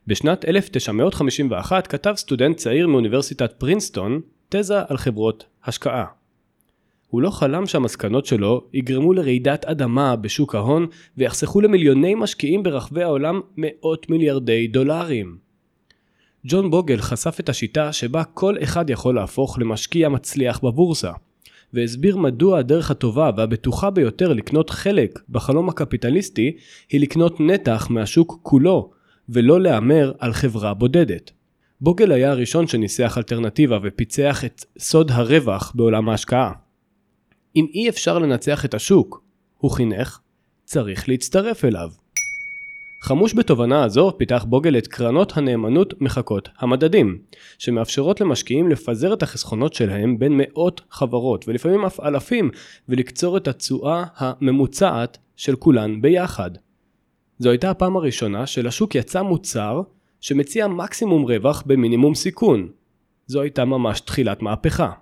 בשנת 1951 כתב סטודנט צעיר מאוניברסיטת פרינסטון תזה על חברות השקעה. הוא לא חלם שהמסקנות שלו יגרמו לרעידת אדמה בשוק ההון ויחסכו למיליוני משקיעים ברחבי העולם מאות מיליארדי דולרים. ג'ון בוגל חשף את השיטה שבה כל אחד יכול להפוך למשקיע מצליח בבורסה, והסביר מדוע הדרך הטובה והבטוחה ביותר לקנות חלק בחלום הקפיטליסטי היא לקנות נתח מהשוק כולו, ולא להמר על חברה בודדת. בוגל היה הראשון שניסח אלטרנטיבה ופיצח את סוד הרווח בעולם ההשקעה. אם אי אפשר לנצח את השוק, הוא חינך, צריך להצטרף אליו. חמוש בתובנה הזו פיתח בוגל את קרנות הנאמנות מחקות המדדים, שמאפשרות למשקיעים לפזר את החסכונות שלהם בין מאות חברות ולפעמים אף אלפים, ולקצור את התשואה הממוצעת של כולן ביחד. זו הייתה הפעם הראשונה שלשוק יצא מוצר שמציע מקסימום רווח במינימום סיכון. זו הייתה ממש תחילת מהפכה.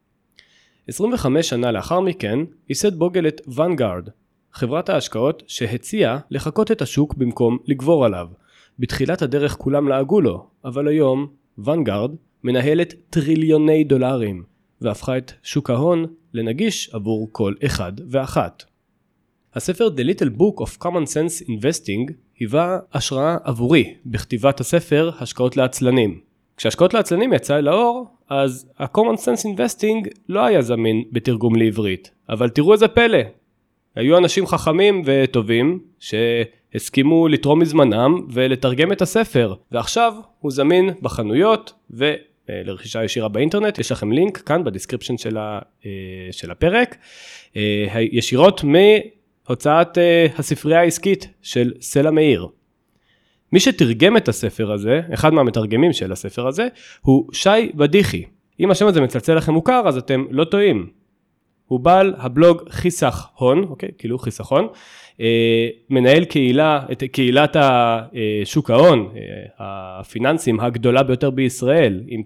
25 שנה לאחר מכן ייסד בוגל את Vanguard, חברת ההשקעות שהציעה לחקות את השוק במקום לגבור עליו. בתחילת הדרך כולם לעגו לו, אבל היום Vanguard מנהלת טריליוני דולרים, והפכה את שוק ההון לנגיש עבור כל אחד ואחת. הספר The Little Book of Common Sense Investing היווה השראה עבורי בכתיבת הספר השקעות לעצלנים. כשהשקעות לעצלנים יצא אל האור, אז ה-Common Sense Investing לא היה זמין בתרגום לעברית. אבל תראו איזה פלא. היו אנשים חכמים וטובים שהסכימו לתרום מזמנם ולתרגם את הספר. ועכשיו הוא זמין בחנויות ולרכישה ישירה באינטרנט. יש לכם לינק כאן בדיסקריפשן של הפרק. ישירות מהוצאת הספרייה העסקית של סלע מאיר. מי שתרגם את הספר הזה, אחד מהמתרגמים של הספר הזה, הוא שי בדיחי. אם השם הזה מצלצל לכם מוכר, אז אתם לא טועים. הוא בעל הבלוג חיסך הון, אוקיי, כאילו חיסכון, מנהל את קהילת השוק ההון, הפיננסים הגדולה ביותר בישראל, עם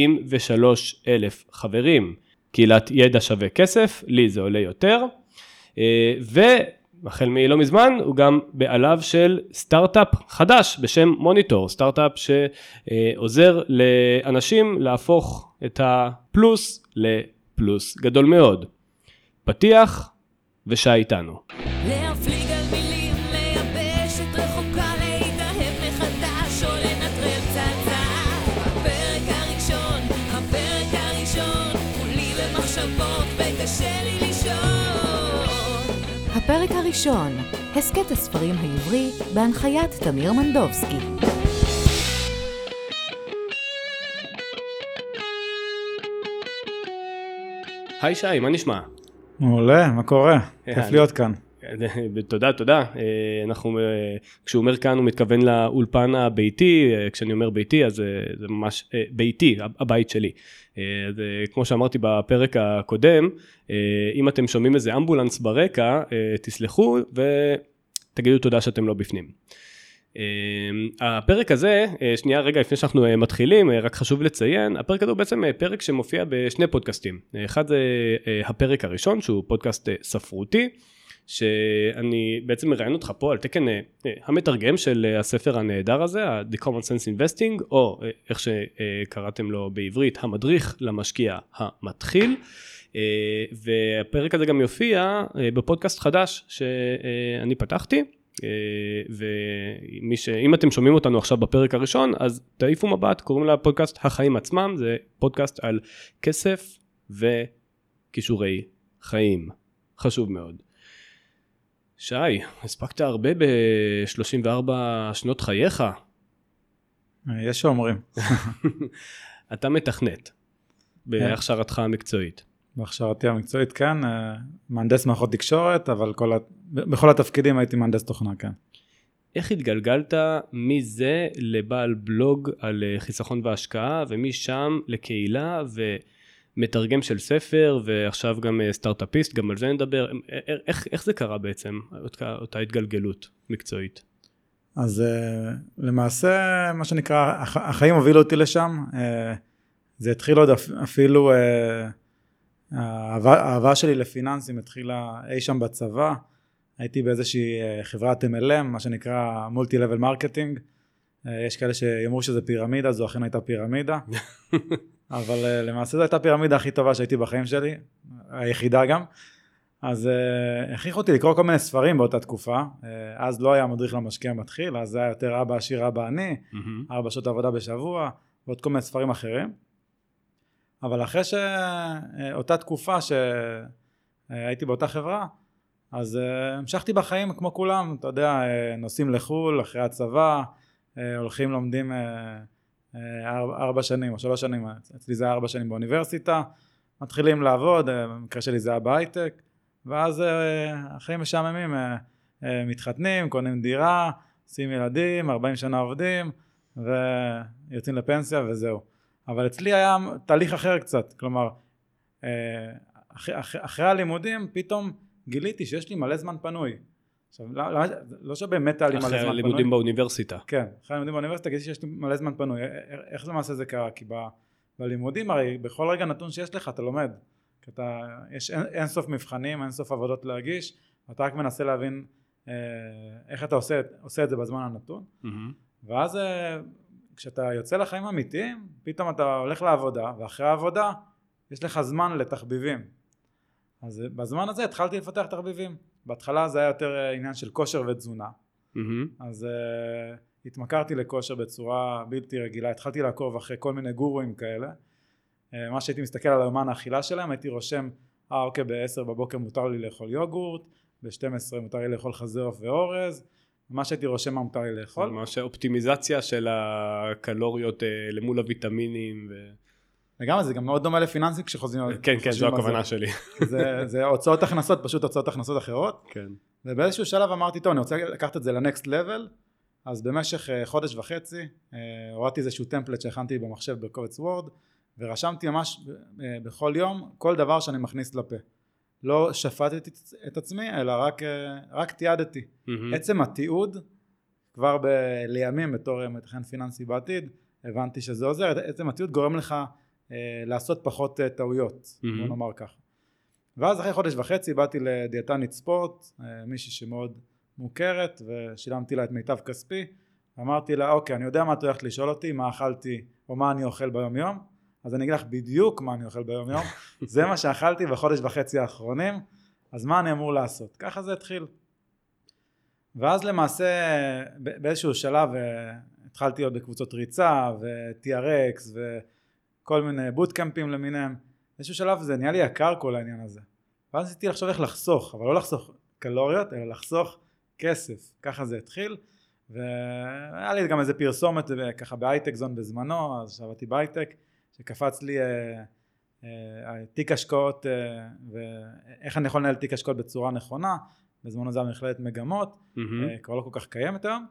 93,000 חברים. קהילת ידע שווה כסף, לי זה עולה יותר, החל מלא מזמן הוא גם בעליו של סטארט-אפ חדש בשם מוניטור, סטארט-אפ שעוזר לאנשים להפוך את הפלוס לפלוס גדול מאוד. פתיח ושעה איתנו. להפליג על מילים, לייבשת רחוקה, להתאהב מחדש או לנטרל פצצה. הפרק הראשון, כולי במחשבות וקשה לי לישון. הפרק הראשון, הסקט הספרים העברי בהנחיית תמיר מנדובסקי. היי שי, מה נשמע? מעולה, מה קורה? כיף להיות כאן. תודה. כשהוא אומר כאן הוא מתכוון לאולפן הביתי, כשאני אומר ביתי אז זה ממש ביתי, הבית שלי. כמו שאמרתי בפרק הקודם, אם אתם שומעים איזה אמבולנס ברקע, תסלחו ותגידו תודה שאתם לא בפנים. הפרק הזה, שנייה רגע לפני שאנחנו מתחילים, רק חשוב לציין, הפרק הזה הוא בעצם פרק שמופיע בשני פודקאסטים. אחד זה הפרק הראשון שהוא פודקאסט ספרותי, שאני בעצם מראיין אותך פה על תקן המתרגם של הספר הנהדר הזה, The Common Sense Investing, או איך שקראתם לו בעברית, המדריך למשקיע המתחיל, והפרק הזה גם יופיע בפודקאסט חדש שאני פתחתי, ואם אתם שומעים אותנו עכשיו בפרק הראשון, אז תעיפו מבט, קוראים לפודקאסט החיים עצמם, זה פודקאסט על כסף וכישורי חיים, חשוב מאוד. שי, הספקת הרבה ב-34 שנות חייך. יש שאומרים. אתה מתכנת בהכשרתך המקצועית. בהכשרתי המקצועית, כן, מהנדס מערכות תקשורת, אבל בכל התפקידים הייתי מהנדס תוכנה, כן. איך התגלגלת מזה לבעל בלוג על חיסכון והשקעה, ומשם לקהילה ומתרגם של ספר, ועכשיו גם סטארט-אפיסט, גם על זה נדבר. איך זה קרה בעצם, אותה התגלגלות מקצועית? אז למעשה, מה שנקרא, החיים הובילו אותי לשם. זה התחיל עוד אפילו... האהבה שלי לפיננסים התחילה אי שם בצבא, הייתי באיזושהי חברת MLM, מה שנקרא מולטי לבל מרקטינג, יש כאלה שיאמרו שזה פירמידה, זו אכן הייתה פירמידה, אבל למעשה זו הייתה הפירמידה הכי טובה שהייתי בחיים שלי, היחידה גם. אז הכריחו אותי לקרוא כל מיני ספרים באותה תקופה, אז לא היה מדריך למשקיע מתחיל, אז זה היה יותר אבא עשיר אבא עני, 4 שעות עבודה בשבוע, ועוד כל מיני ספרים אחרים. אבל אחרי שאותה תקופה שהייתי באותה חברה, אז המשכתי בחיים כמו כולם, אתה יודע, נוסעים לחול אחרי הצבא, הולכים לומדים 4 שנים או 3 שנים, אצלי זה 4 שנים באוניברסיטה, מתחילים לעבוד, במקרה שלי זה היה בהייטק, ואז החיים משעממים, מתחתנים, קונים דירה, עושים ילדים, 40 שנה עובדים, ויוצאים לפנסיה וזהו. אבל אצלי היה תהליך אחר קצת, כלומר, אחרי הלימודים פתאום גיליתי שיש לי מלא זמן פנוי. עכשיו, לא שבאמת היה לי מלא זמן פנוי. אחרי הלימודים באוניברסיטה. כן, אחרי הלימודים באוניברסיטה גיליתי שיש לי מלא זמן פנוי. איך למעשה זה קרה? כי בלימודים הרי בכל רגע נתון שיש לך אתה לומד. יש אין סוף מבחנים, אין סוף עבודות להגיש, אתה רק מנסה להבין איך אתה עושה את זה בזמן הנתון. ואז כשאתה יוצא לחיים אמיתיים, פתאום אתה הולך לעבודה, ואחרי העבודה יש לך זמן לתחביבים. אז בזמן הזה התחלתי לפתח תחביבים. בהתחלה זה היה יותר עניין של כושר ותזונה. אז התמכרתי לכושר בצורה בלתי רגילה, התחלתי לעקוב אחרי כל מיני גורואים כאלה. מה שהייתי מסתכל על אומן האכילה שלהם, הייתי רושם, אוקיי, ב-10 בבוקר מותר לי לאכול יוגורט, ב-12 מותר לי לאכול חזה עוף ואורז, מה שהייתי רושם מה מותר לי לאכול. ממש אופטימיזציה של הקלוריות למול הוויטמינים. לגמרי, זה גם מאוד דומה לפיננסים כשחוזרים. כן, כן, זו הכוונה שלי. זה הוצאות הכנסות, פשוט הוצאות הכנסות אחרות. כן. ובאיזשהו שלב אמרתי, טוב, אני רוצה לקחת את זה לנקסט לבל, אז במשך חודש וחצי, הורדתי איזשהו טמפלט שהכנתי במחשב בקובץ וורד, ורשמתי ממש בכל יום כל דבר שאני מכניס לפה. לא שפטתי את עצמי, אלא רק תיעדתי. עצם התיעוד, כבר לימים בתור מתכנן פיננסי בעתיד, הבנתי שזה עוזר, עצם התיעוד גורם לך לעשות פחות טעויות, בוא נאמר ככה. ואז אחרי חודש וחצי באתי לדיאטנית ספורט, מישהי שמאוד מוכרת, ושילמתי לה את מיטב כספי, אמרתי לה, אוקיי, אני יודע מה את הולכת לשאול אותי, מה אכלתי או מה אני אוכל ביום יום, אז אני אגיד לך בדיוק מה אני אוכל ביום יום, זה מה שאכלתי בחודש וחצי האחרונים, אז מה אני אמור לעשות? ככה זה התחיל. ואז למעשה באיזשהו שלב התחלתי עוד בקבוצות ריצה ו-TRX וכל מיני בוטקאמפים למיניהם, באיזשהו שלב זה נהיה לי יקר כל העניין הזה. ואז ניסיתי לחשוב איך לחסוך, אבל לא לחסוך קלוריות, אלא לחסוך כסף, ככה זה התחיל, והיה לי גם איזה פרסומת ככה בהייטק זון בזמנו, אז שעבדתי בהייטק, שקפץ לי תיק השקעות ואיך אני יכול לנהל תיק השקעות בצורה נכונה, בזמנו זה היה מכללת מגמות, כבר לא כל כך קיימת היום,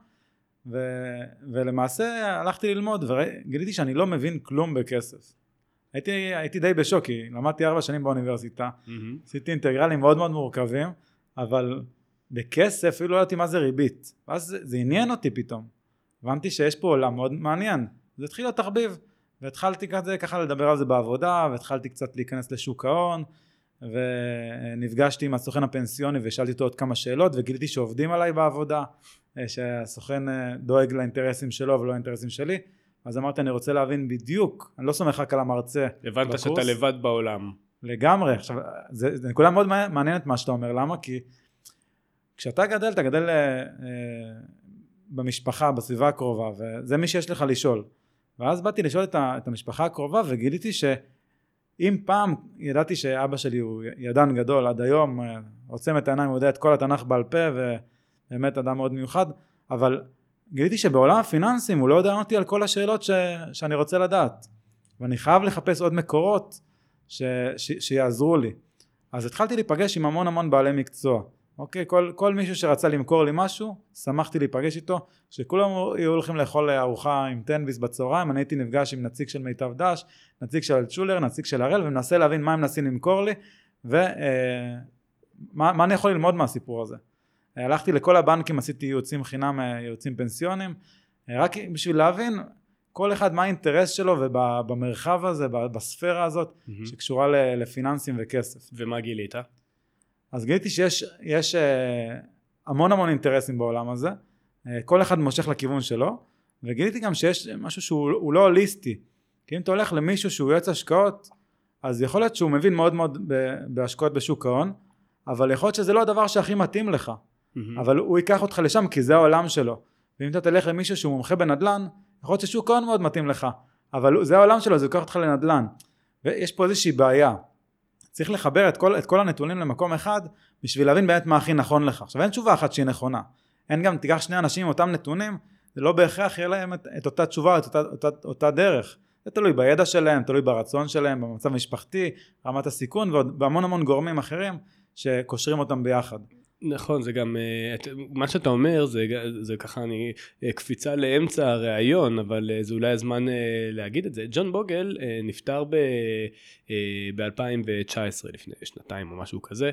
ולמעשה הלכתי ללמוד וגיליתי שאני לא מבין כלום בכסף. הייתי די בשוק, כי למדתי 4 שנים באוניברסיטה, עשיתי אינטגרלים מאוד מאוד מורכבים, אבל בכסף אפילו לא יודעתי מה זה ריבית, ואז זה עניין אותי פתאום, הבנתי שיש פה עולם מאוד מעניין, זה התחיל התחביב, והתחלתי ככה לדבר על זה בעבודה, והתחלתי קצת להיכנס לשוק ההון, ונפגשתי עם הסוכן הפנסיוני ושאלתי אותו עוד כמה שאלות, וגיליתי שעובדים עליי בעבודה, שהסוכן דואג לאינטרסים שלו ולא לאינטרסים שלי, אז אמרתי אני רוצה להבין בדיוק, אני לא סומך רק על המרצה הבנת בקורס. שאתה לבד בעולם. לגמרי, עכשיו זה נקודה מאוד מעניינת מה שאתה אומר, למה? כי כשאתה גדל, אתה גדל במשפחה, בסביבה הקרובה, וזה מי שיש לך לשאול. ואז באתי לשאול את המשפחה הקרובה וגיליתי שאם פעם ידעתי שאבא שלי הוא ידען גדול עד היום, עוצם את העיניים, הוא יודע את כל התנ"ך בעל פה ובאמת אדם מאוד מיוחד, אבל גיליתי שבעולם הפיננסים הוא לא יודע אותי על כל השאלות שאני רוצה לדעת, ואני חייב לחפש עוד מקורות שיעזרו לי. אז התחלתי להיפגש עם המון בעלי מקצוע. אוקיי, כל מישהו שרצה למכור לי משהו, שמחתי להיפגש איתו, שכולם היו הולכים לאכול ארוחה עם 10 ביס בצהריים, אני הייתי נפגש עם נציג של מיטב דש, נציג של אלטשולר, נציג של הראל, ומנסה להבין מה הם מנסים למכור לי, ומה אני יכול ללמוד מהסיפור הזה. הלכתי לכל הבנקים, עשיתי ייעוצים חינם, ייעוצים פנסיונים, רק בשביל להבין כל אחד מה האינטרס שלו, ובמרחב הזה, בספירה הזאת, שקשורה לפיננסים וכסף. ומה גילית? אז גיליתי שיש המון אינטרסים בעולם הזה, כל אחד מושך לכיוון שלו, וגיליתי גם שיש משהו שהוא לא הוליסטי, כי אם אתה הולך למישהו שהוא יועץ השקעות, אז יכול להיות שהוא מבין מאוד מאוד בהשקעות בשוק ההון, אבל יכול להיות שזה לא הדבר שהכי מתאים לך, אבל הוא ייקח אותך לשם כי זה העולם שלו, ואם אתה תלך למישהו שהוא מומחה בנדל"ן, יכול להיות ששוק ההון מאוד מתאים לך, אבל זה העולם שלו, זה ייקח אותך לנדל"ן, ויש פה איזושהי בעיה, צריך לחבר את כל הנתונים למקום אחד, בשביל להבין באמת מה הכי נכון לך. עכשיו אין תשובה אחת שהיא נכונה, אין גם תיקח שני אנשים עם אותם נתונים, זה לא בהכרח יהיה להם את אותה תשובה, את אותה דרך, זה תלוי בידע שלהם, תלוי ברצון שלהם, במצב משפחתי, רמת הסיכון, והמון המון גורמים אחרים, שקושרים אותם ביחד. נכון, זה גם, מה שאתה אומר, זה ככה קפיצה לאמצע הרעיון, אבל זה אולי הזמן להגיד את זה. ג'ון בוגל נפטר ב-2019, לפני שנתיים או משהו כזה,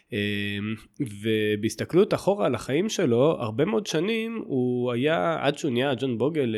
ובהסתכלות אחורה על החיים שלו, הרבה מאוד שנים הוא היה, עד שהוא נהיה ג'ון בוגל,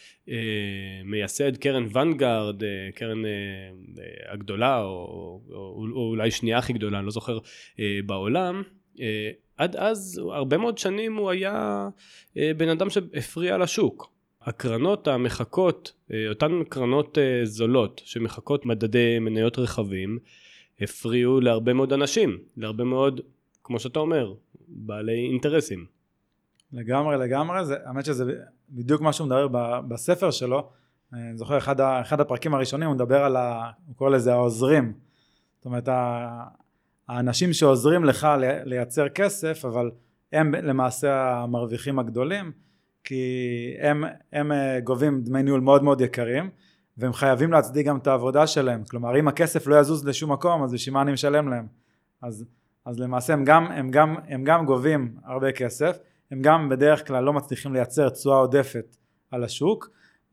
מייסד קרן ונגארד, קרן הגדולה, או אולי שנייה הכי גדולה, אני לא זוכר, בעולם, עד אז הרבה מאוד שנים הוא היה בן אדם שהפריע לשוק. הקרנות המחכות, אותן קרנות זולות שמחכות מדדי מניות רחבים, הפריעו להרבה מאוד אנשים, להרבה מאוד, כמו שאתה אומר, בעלי אינטרסים. לגמרי, האמת שזה בדיוק מה שהוא מדבר בספר שלו, אני זוכר אחד הפרקים הראשונים הוא מדבר על, הוא קורא לזה העוזרים, זאת אומרת האנשים שעוזרים לך לייצר כסף, אבל הם למעשה המרוויחים הגדולים, כי הם גובים דמי ניהול מאוד מאוד יקרים, והם חייבים להצדיק גם את העבודה שלהם, כלומר אם הכסף לא יזוז לשום מקום, אז בשביל מה אני משלם להם, אז למעשה הם גם גובים הרבה כסף, הם גם בדרך כלל לא מצליחים לייצר תשואה עודפת על השוק,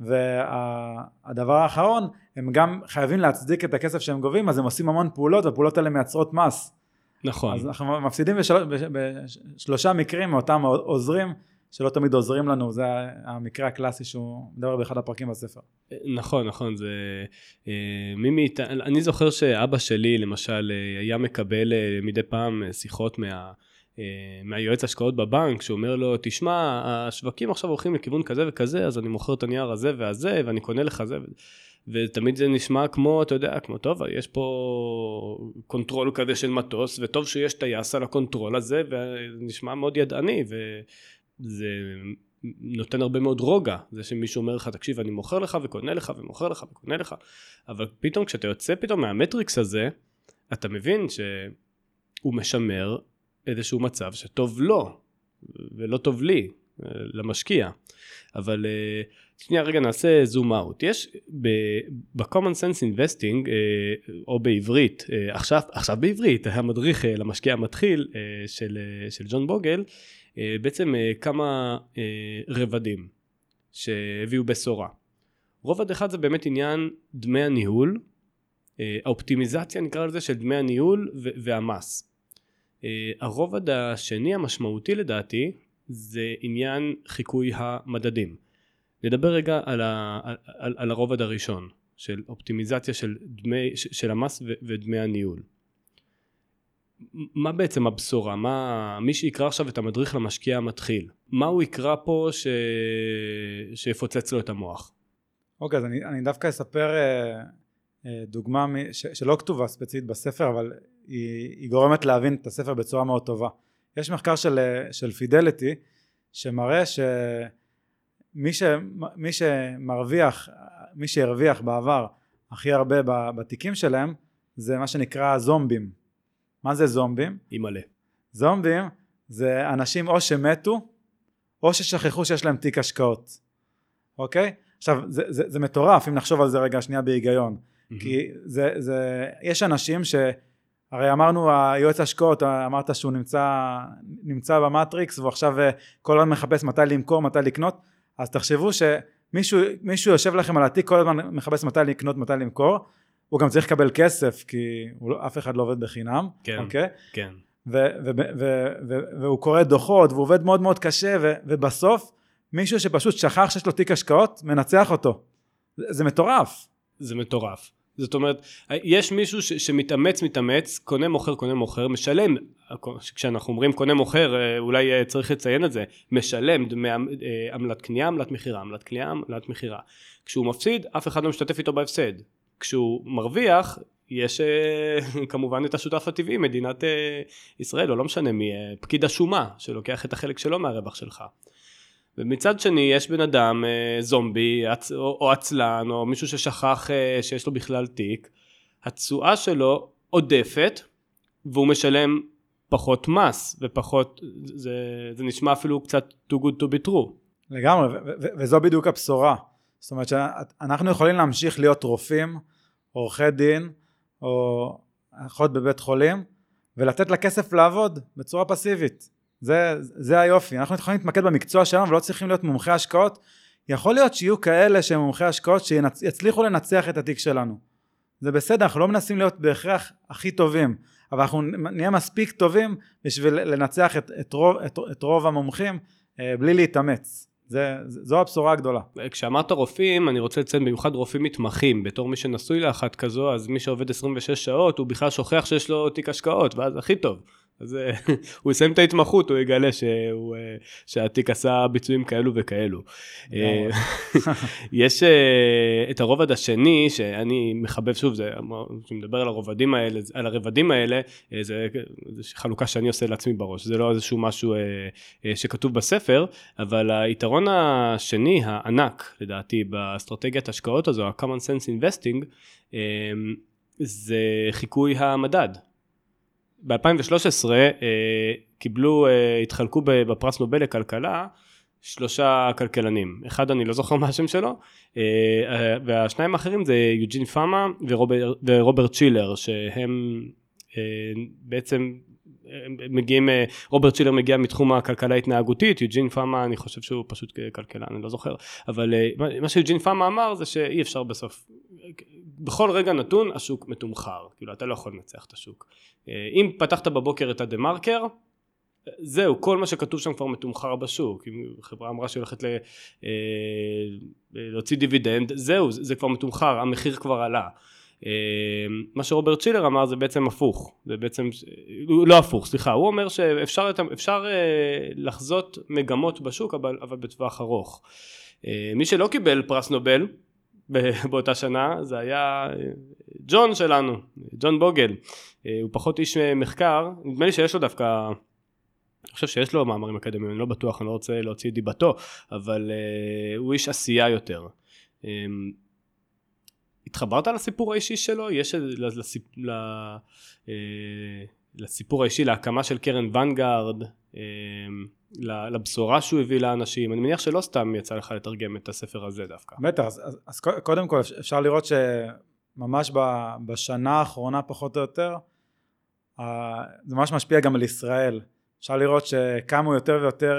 והדבר האחרון, הם גם חייבים להצדיק את הכסף שהם גובים, אז הם עושים המון פעולות, והפעולות האלה מייצרות מס. נכון. אז אנחנו מפסידים בשלושה מקרים מאותם עוזרים, שלא תמיד עוזרים לנו, זה המקרה הקלאסי שהוא מדבר באחד הפרקים בספר. נכון, זה, אני זוכר שאבא שלי למשל היה מקבל מדי פעם שיחות מהיועץ השקעות בבנק, שאומר לו, תשמע, השווקים עכשיו הולכים לכיוון כזה וכזה, אז אני מוכר את הנייר הזה והזה, ואני קונה לך זה, ותמיד זה נשמע כמו, אתה יודע, כמו טוב, יש פה קונטרול כזה של מטוס, וטוב שיש טייס על הקונטרול הזה, ונשמע מאוד ידעני, וזה נותן הרבה מאוד רוגע, זה שמישהו אומר לך, תקשיב, אני מוכר לך וקונה לך, ומוכר לך וקונה לך, אבל פתאום, כשאתה יוצא פתאום מהמטריקס הזה, אתה מבין שהוא משמר איזשהו מצב שטוב לו, ולא טוב לי, למשקיע. אבל שנייה רגע נעשה זום אאוט. יש ב-Common Sense Investing, או בעברית, עכשיו בעברית, המדריך למשקיע המתחיל של ג'ון בוגל, בעצם כמה רבדים שהביאו בשורה. רובד אחד זה באמת עניין דמי הניהול, האופטימיזציה נקרא לזה של דמי הניהול והמס. הרובד השני המשמעותי לדעתי זה עניין חיקוי המדדים. נדבר רגע על הרובד הראשון של אופטימיזציה של המס ודמי הניהול. מה בעצם הבשורה? מי שיקרא עכשיו את המדריך למשקיע המתחיל, מה הוא יקרא פה שיפוצץ לו את המוח? אוקיי, אז אני דווקא אספר דוגמה שלא כתובה ספציפית בספר, אבל היא גורמת להבין את הספר בצורה מאוד טובה. יש מחקר של פידליטי שמראה מי שהרוויח בעבר הכי הרבה בתיקים שלהם זה מה שנקרא זומבים. מה זה זומבים? מלא. זומבים זה אנשים או שמתו או ששכחו שיש להם תיק השקעות. אוקיי? עכשיו זה מטורף אם נחשוב על זה רגע שנייה בהיגיון. כי יש אנשים הרי אמרנו היועץ השקעות, אמרת שהוא נמצא במטריקס, והוא עכשיו כל הזמן מחפש מתי למכור, מתי לקנות, אז תחשבו שמישהו יושב לכם על התיק, כל הזמן מחפש מתי לקנות, מתי למכור, הוא גם צריך לקבל כסף, כי אף אחד לא עובד בחינם, כן, אוקיי? כן. והוא קורא דוחות, והוא עובד מאוד מאוד קשה, ובסוף מישהו שפשוט שכח שיש לו תיק השקעות, מנצח אותו. זה מטורף. זה מטורף. זאת אומרת, יש מישהו שמתאמץ, קונה מוכר, משלם, כשאנחנו אומרים קונה מוכר, אולי צריך לציין את זה, משלם עמלת קנייה, עמלת מחירה. כשהוא מפסיד, אף אחד לא משתתף איתו בהפסד. כשהוא מרוויח, יש כמובן את השותף הטבעי, מדינת ישראל, או לא משנה מי, פקיד השומה, שלוקח את החלק שלו מהרווח שלך. ומצד שני יש בן אדם זומבי או עצלן או מישהו ששכח שיש לו בכלל תיק, התשואה שלו עודפת והוא משלם פחות מס ופחות, זה נשמע אפילו קצת too good to be true. לגמרי, וזו בדיוק הבשורה. זאת אומרת שאנחנו יכולים להמשיך להיות רופאים, עורכי דין או אחות בבית חולים ולתת לכסף לעבוד בצורה פסיבית. זה היופי, אנחנו יכולים להתמקד במקצוע שלנו ולא צריכים להיות מומחי השקעות. יכול להיות שיהיו כאלה שהם מומחי השקעות שיצליחו לנצח את התיק שלנו, זה בסדר, אנחנו לא מנסים להיות בהכרח הכי טובים, אבל אנחנו נהיה מספיק טובים בשביל לנצח את רוב המומחים בלי להתאמץ. זו הבשורה הגדולה. כשאמרת רופאים, אני רוצה לציין במיוחד רופאים מתמחים, בתור מי שנשוי לאחת כזו, אז מי שעובד 26 שעות, הוא בכלל שוכח שיש לו תיק השקעות, ואז הכי טוב. אז הוא יסיים את ההתמחות, הוא יגלה שהתיק עשה ביצועים כאלו וכאלו. יש את הרובד השני, שאני מחבב שוב, שמדבר על הרבדים האלה, זה חלוקה שאני עושה לעצמי בראש, זה לא איזשהו משהו שכתוב בספר, אבל היתרון השני, הענק, לדעתי, באסטרטגיית השקעות הזו, ה-Common Sense Investing, זה חיקוי המדד. ב-2013 התחלקו בפרס נובל לכלכלה 3 כלכלנים, אחד אני לא זוכר מה השם שלו, והשניים האחרים זה יוג'ין פאמה ורוברט צ'ילר, שהם בעצם מגיעים, רוברט צ'ילר מגיע מתחום הכלכלה התנהגותית, יוג'ין פאמה אני חושב שהוא פשוט כלכלן, אני לא זוכר, אבל מה שיוג'ין פאמה אמר זה שאי אפשר בסוף, בכל רגע נתון השוק מתומחר, כאילו אתה לא יכול לנצח את השוק. אם פתחת בבוקר את הדה-מרקר, זהו, כל מה שכתוב שם כבר מתומחר בשוק. אם חברה אמרה שהיא הולכת להוציא דיבידנד, זהו, זה כבר מתומחר, המחיר כבר עלה. מה שרוברט צ'ילר אמר זה בעצם הפוך, זה בעצם, לא הפוך, סליחה, הוא אומר שאפשר לחזות מגמות בשוק, אבל בטווח ארוך. מי שלא קיבל פרס נובל, באותה שנה, זה היה ג'ון שלנו, ג'ון בוגל. הוא פחות איש מחקר, נדמה לי שיש לו דווקא, אני חושב שיש לו מאמרים אקדמיים, אני לא בטוח, אני לא רוצה להוציא את דיבתו, אבל הוא איש עשייה יותר. התחברת לסיפור האישי שלו? יש לסיפור האישי, להקמה של קרן ונגארד, לבשורה שהוא הביא לאנשים, אני מניח שלא סתם יצא לך לתרגם את הספר הזה דווקא. בטח, אז קודם כל אפשר לראות שממש בשנה האחרונה פחות או יותר, זה ממש משפיע גם על ישראל. אפשר לראות שקמו יותר ויותר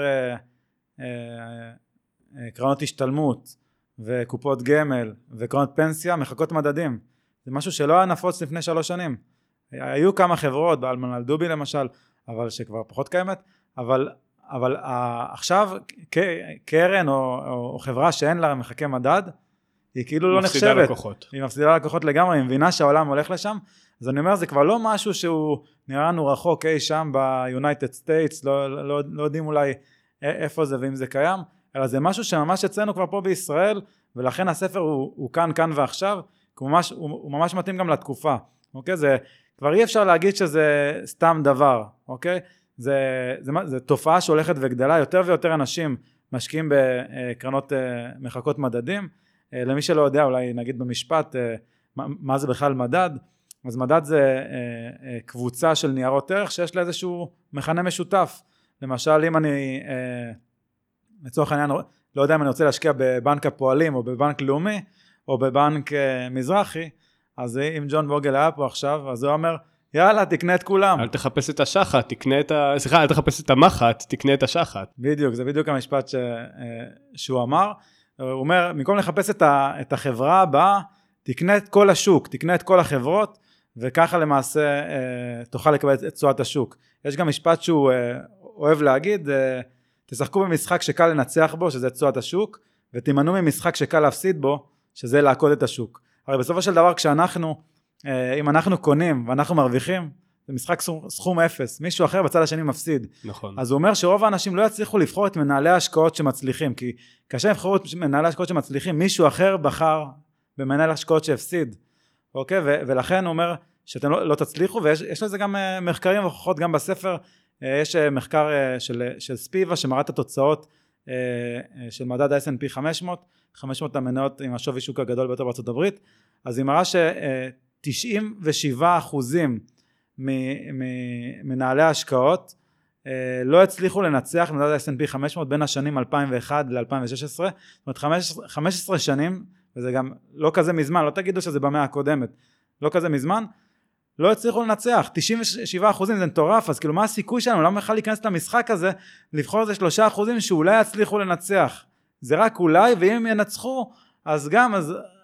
קרנות השתלמות וקופות גמל וקרנות פנסיה מחכות מדדים. זה משהו שלא היה נפוץ לפני 3 שנים. היו כמה חברות, באלמן אלדובי למשל, אבל שכבר פחות קיימת, אבל עכשיו קרן או חברה שאין לה מחכה מדד, היא כאילו לא נחשבת. היא מפסידה לקוחות לגמרי, היא מבינה שהעולם הולך לשם, אז אני אומר, זה כבר לא משהו שהוא נראה לנו רחוק אי שם ביונייטד סטייטס, לא יודעים אולי איפה זה ואם זה קיים, אלא זה משהו שממש אצלנו כבר פה בישראל, ולכן הספר הוא כאן ועכשיו, כי הוא ממש מתאים גם לתקופה, אוקיי? זה כבר אי אפשר להגיד שזה סתם דבר, אוקיי? זה תופעה שהולכת וגדלה, יותר ויותר אנשים משקיעים בקרנות מחכות מדדים. למי שלא יודע, אולי נגיד במשפט מה זה בכלל מדד, אז מדד זה קבוצה של ניירות ערך שיש לה איזשהו מכנה משותף. למשל, אם אני לצורך העניין לא יודע אם אני רוצה להשקיע בבנק הפועלים או בבנק לאומי או בבנק מזרחי, אז אם ג'ון בוגל היה פה עכשיו, אז הוא אומר, יאללה, תקנה את כולם. אל תחפש את השחת, אל תחפש את המחת, תקנה את השחת. בדיוק, זה בדיוק המשפט שהוא אמר. הוא אומר, במקום לחפש את החברה הבאה, תקנה את כל השוק, תקנה את כל החברות, וככה למעשה תוכל לקבל את תשואת השוק. יש גם משפט שהוא אוהב להגיד, תשחקו במשחק שקל לנצח בו, שזה תשואת השוק, ותימנעו ממשחק שקל להפסיד בו, שזה לעקוד את השוק. הרי בסופו של דבר כשאנחנו, אם אנחנו קונים ואנחנו מרוויחים, זה משחק סכום אפס, מישהו אחר בצד השני מפסיד. נכון. אז הוא אומר שרוב האנשים לא יצליחו לבחור את מנהלי ההשקעות שמצליחים, כי כאשר יבחרו את מנהלי ההשקעות שמצליחים, מישהו אחר בחר במנהל ההשקעות שהפסיד, אוקיי? ולכן הוא אומר שאתם לא תצליחו, ויש לזה גם מחקרים והוכחות גם בספר, יש מחקר של ספיבה שמראה את התוצאות של מדד ה-S&P 500, 500 המניות עם השווי שוק הגדול ביותר בארצות הברית, אז היא מראה ש97% ממנהלי ההשקעות לא הצליחו לנצח מדד ה-S&P 500 בין השנים 2001 ל-2016, זאת אומרת 15 שנים, וזה גם לא כזה מזמן, לא תגידו שזה במאה הקודמת, לא כזה מזמן, לא הצליחו לנצח, 97% זה מטורף, אז כאילו מה הסיכוי שלנו, למה בכלל להיכנס למשחק הזה, לבחור איזה 3% שאולי יצליחו לנצח, זה רק אולי, ואם הם ינצחו, אז גם,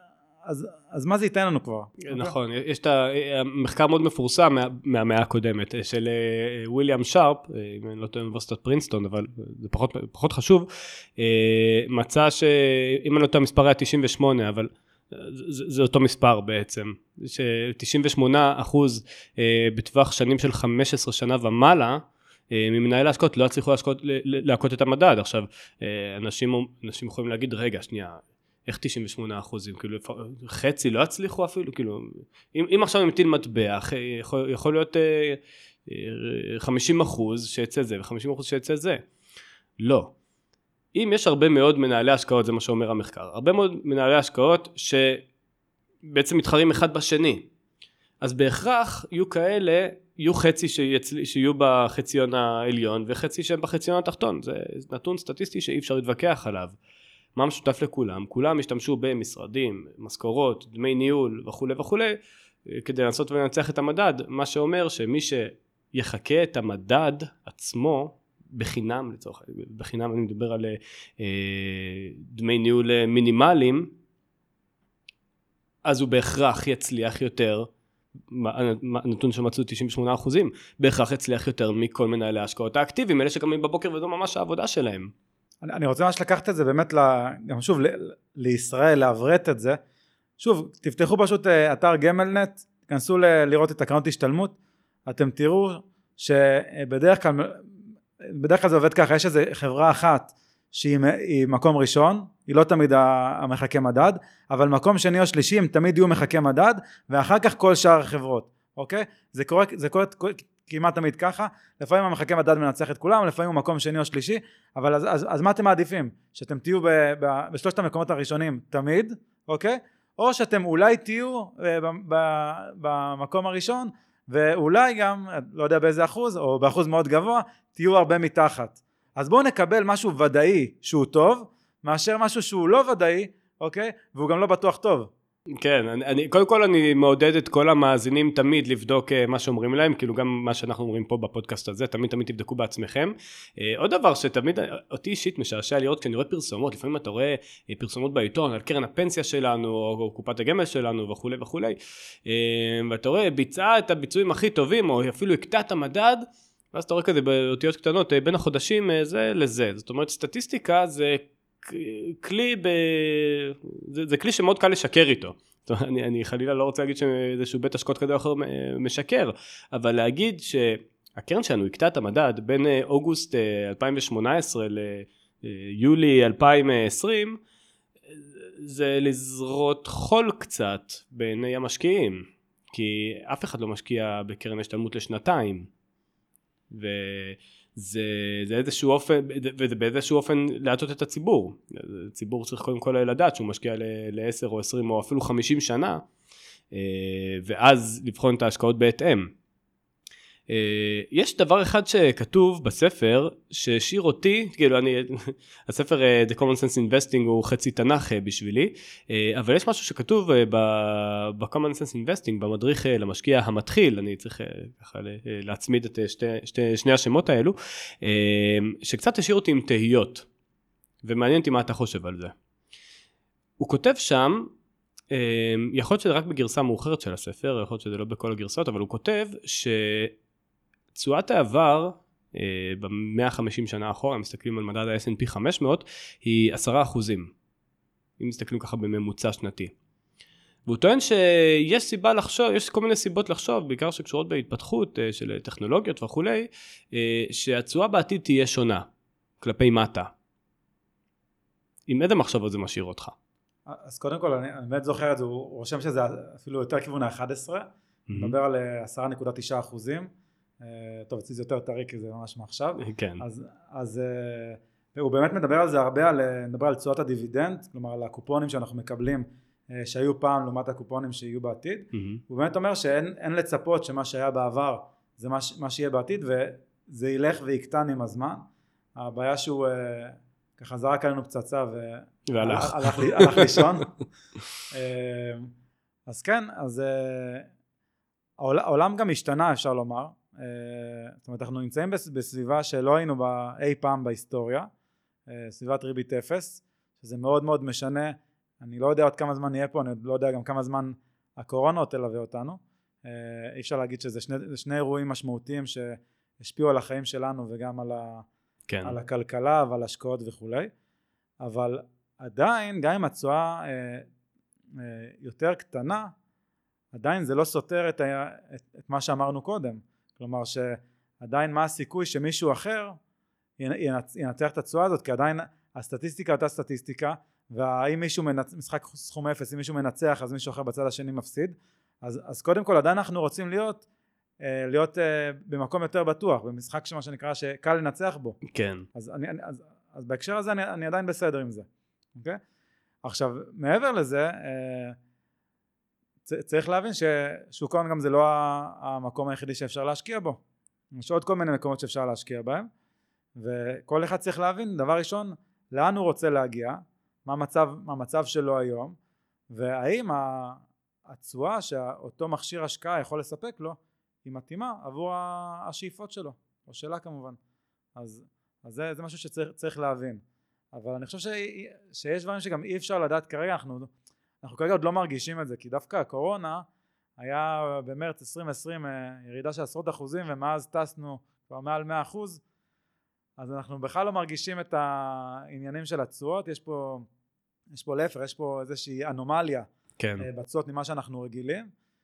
אז מה זה ייתן לנו כבר? נכון, יש את המחקר מאוד מפורסם מהמאה הקודמת, של וויליאם שרפ, אם אני לא טועה אוניברסיטת פרינסטון, אבל זה פחות חשוב, מצא שאם אני לא טועה המספר היה 98, אבל זה אותו מספר בעצם, ש98% בטווח שנים של 15 שנה ומעלה, ממנהל ההשקעות לא הצליחו להכות את המדד. עכשיו, אנשים יכולים להגיד, רגע, שנייה, איך 98%? כאילו, חצי לא הצליחו אפילו, כאילו, אם עכשיו מטיל מטבע, יכול להיות 50% שיצא זה, ו50% שיצא זה. לא. אם יש הרבה מאוד מנהלי השקעות, זה מה שאומר המחקר, הרבה מאוד מנהלי השקעות שבעצם מתחרים אחד בשני, אז בהכרח יהיו חצי שיהיו בחציון העליון, וחצי שהם בחציון התחתון, זה נתון סטטיסטי שאי אפשר להתווכח עליו. מה משותף לכולם? כולם השתמשו במשרדים, משכורות, דמי ניהול וכו' וכו', כדי לנסות ולנצח את המדד, מה שאומר שמי שיחכה את המדד עצמו, בחינם לצורך, בחינם אני מדבר על דמי ניהול מינימליים, אז הוא בהכרח יצליח יותר, הנתון שמצאו 98%, בהכרח יצליח יותר מכל מנהלי ההשקעות האקטיביים, אלה שקמים בבוקר וזו ממש העבודה שלהם. אני רוצה ממש לקחת את זה באמת, גם שוב לישראל, להברט את זה, שוב, תפתחו פשוט אתר גמלנט, תכנסו לראות את הקרנות השתלמות, אתם תראו שבדרך כלל זה עובד ככה, יש איזו חברה אחת שהיא מקום ראשון, היא לא תמיד המחכה מדד, אבל מקום שני או שלישי הם תמיד יהיו מחכה מדד, ואחר כך כל שאר החברות, אוקיי? זה קורה כמעט תמיד ככה, לפעמים המחכה מדד מנצח את כולם, לפעמים הוא מקום שני או שלישי, אבל אז מה אתם מעדיפים? שאתם תהיו בשלושת המקומות הראשונים תמיד, אוקיי? או שאתם אולי תהיו במקום הראשון, ואולי גם, לא יודע באיזה אחוז, או באחוז מאוד גבוה, תהיו הרבה מתחת. אז בואו נקבל משהו ודאי שהוא טוב, מאשר משהו שהוא לא ודאי, אוקיי? והוא גם לא בטוח טוב. כן, קודם כל אני מעודד את כל המאזינים תמיד לבדוק מה שאומרים להם, כאילו גם מה שאנחנו אומרים פה בפודקאסט הזה, תמיד תבדקו בעצמכם. עוד דבר שתמיד אותי אישית משעשע לראות, כשאני רואה פרסומות, לפעמים אתה רואה פרסומות בעיתון על קרן הפנסיה שלנו, או קופת הגמל שלנו וכו' וכו', ואתה רואה ביצעה את הביצועים הכי טובים, או אפילו הקטע את המדד, ואז אתה רואה כזה באותיות קטנות, בין החודשים זה לזה. זאת אומרת, סטטיסטיקה זה כלי זה כלי שמאוד קל לשקר איתו. אני חלילה לא רוצה להגיד שאיזשהו בית השקעות כזה או אחר משקר, אבל להגיד שהקרן שלנו הקטע את המדד בין אוגוסט 2018 ליולי 2020, זה לזרות חול קצת בעיני המשקיעים, כי אף אחד לא משקיע בקרן השתלמות לשנתיים, זה איזשהו אופן, וזה באיזשהו אופן להטות את הציבור. הציבור צריך קודם כל לדעת שהוא משקיע ל10 או 20 או אפילו 50 שנה, ואז לבחון את ההשקעות בהתאם. יש דבר אחד שכתוב בספר שהשאיר אותי, כאילו הספר The Common Sense Investing הוא חצי תנ"ך בשבילי, אבל יש משהו שכתוב ב-Common Sense Investing, במדריך למשקיע המתחיל, אני צריך ככה להצמיד את שני השמות האלו, שקצת השאיר אותי עם תהיות, ומעניין אותי מה אתה חושב על זה. הוא כותב שם, יכול להיות שזה רק בגרסה מאוחרת של הספר, יכול להיות שזה לא בכל הגרסאות, אבל הוא כותב תשואת העבר ב-150 שנה אחורה, אם מסתכלים על מדד ה-S&P 500, היא 10%. אם מסתכלים ככה בממוצע שנתי. והוא טוען שיש סיבה לחשוב, יש כל מיני סיבות לחשוב, בעיקר שקשורות בהתפתחות של טכנולוגיות וכולי, שהתשואה בעתיד תהיה שונה, כלפי מטה. עם איזה מחשבות זה משאיר אותך? אז קודם כל, אני באמת זוכר את זה, הוא רושם שזה אפילו יותר כיוון ה-11, מדבר על 10.9%, טוב, אצלי זה יותר טרי כי זה ממש מעכשיו, כן. אז הוא באמת מדבר על זה הרבה, מדבר על תשואת הדיבידנד, כלומר על הקופונים שאנחנו מקבלים, שהיו פעם לעומת הקופונים שיהיו בעתיד, הוא באמת אומר שאין לצפות שמה שהיה בעבר זה מה שיהיה בעתיד, וזה ילך ויקטן עם הזמן. הבעיה שהוא ככה זרק עלינו פצצה והלך לישון. אז כן, אז העולם גם השתנה, אפשר לומר. זאת אומרת, אנחנו נמצאים בסביבה שלא היינו בה אי פעם בהיסטוריה, סביבת ריבית אפס, שזה מאוד מאוד משנה. אני לא יודע עוד כמה זמן נהיה פה, אני לא יודע גם כמה זמן הקורונה תלווה אותנו. אי אפשר להגיד שזה שני אירועים משמעותיים שהשפיעו על החיים שלנו וגם על הכלכלה ועל השקעות וכולי. אבל עדיין, גם אם התשואה יותר קטנה, עדיין זה לא סותר את מה שאמרנו קודם. כלומר שעדיין מה הסיכוי שמישהו אחר ינצח את התשואה הזאת, כי עדיין הסטטיסטיקה אותה סטטיסטיקה, והאם מישהו משחק סכום אפס, אם מישהו מנצח אז מישהו אחר בצד השני מפסיד, אז קודם כל עדיין אנחנו רוצים להיות במקום יותר בטוח, במשחק שמה שנקרא שקל לנצח בו. כן. אז בהקשר הזה אני עדיין בסדר עם זה. אוקיי? עכשיו מעבר לזה, צריך להבין ששוק ההון גם זה לא המקום היחידי שאפשר להשקיע בו. יש עוד כל מיני מקומות שאפשר להשקיע בהם, וכל אחד צריך להבין, דבר ראשון, לאן הוא רוצה להגיע, מה המצב שלו היום, והאם התשואה שאותו מכשיר השקעה יכול לספק לו, היא מתאימה עבור השאיפות שלו, או שלה כמובן. אז זה משהו שצריך להבין. אבל אני חושב שיש דברים שגם אי אפשר לדעת כרגע, אנחנו כרגע עוד לא מרגישים את זה, כי דווקא הקורונה היה במרץ 2020 ירידה של עשרות אחוזים, ומאז טסנו כבר מעל 100%, אז אנחנו בכלל לא מרגישים את העניינים של התשואות. יש פה להפך, יש פה איזושהי אנומליה בתשואות ממה שאנחנו רגילים.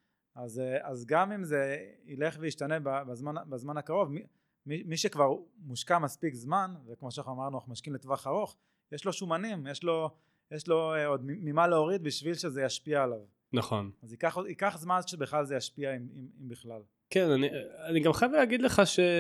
אז גם אם זה ילך וישתנה בזמן הקרוב, מי שכבר מושקע מספיק זמן, וכמו שאנחנו אמרנו אנחנו משקיעים לטווח ארוך, יש לו שומנים, יש לו עוד ממה להוריד בשביל שזה ישפיע עליו. נכון. אז ייקח זמן שבכלל זה ישפיע אם בכלל. כן, אני גם חייב להגיד לך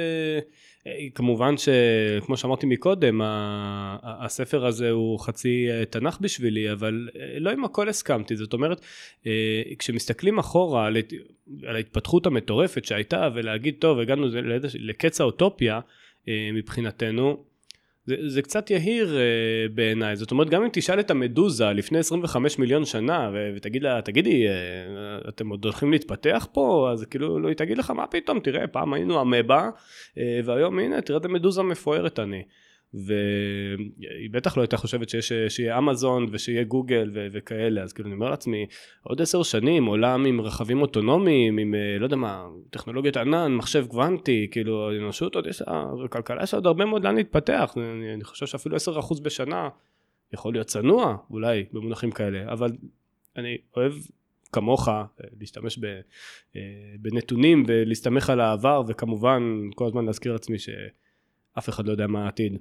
שכמובן שכמו שאמרתי מקודם, הספר הזה הוא חצי תנ"ך בשבילי, אבל לא עם הכל הסכמתי. זאת אומרת, כשמסתכלים אחורה על ההתפתחות המטורפת שהייתה, ולהגיד טוב, הגענו לקץ האוטופיה מבחינתנו, זה קצת יהיר בעיניי. זאת אומרת, גם אם תשאל את המדוזה לפני 25 מיליון שנה, ותגיד לה, תגידי, אתם עוד הולכים להתפתח פה? אז כאילו, לא תגיד לך, מה פתאום? תראה, פעם היינו אמבה, והיום הנה, תראה את המדוזה מפוארת אני. והיא בטח לא הייתה חושבת שיהיה אמזון ושיהיה גוגל וכאלה, אז כאילו אני אומר לעצמי, עוד 10 שנים עולם עם רכבים אוטונומיים, עם לא יודע מה, טכנולוגיית ענן, מחשב קוונטי, כאילו האנושות עוד יש, הכלכלה יש עוד הרבה מאוד לאן להתפתח, אני חושב שאפילו 10% בשנה יכול להיות צנוע, אולי במונחים כאלה, אבל אני אוהב כמוך להשתמש בנתונים ולהסתמך על העבר, וכמובן כל הזמן להזכיר לעצמי שאף אחד לא יודע מה העתיד.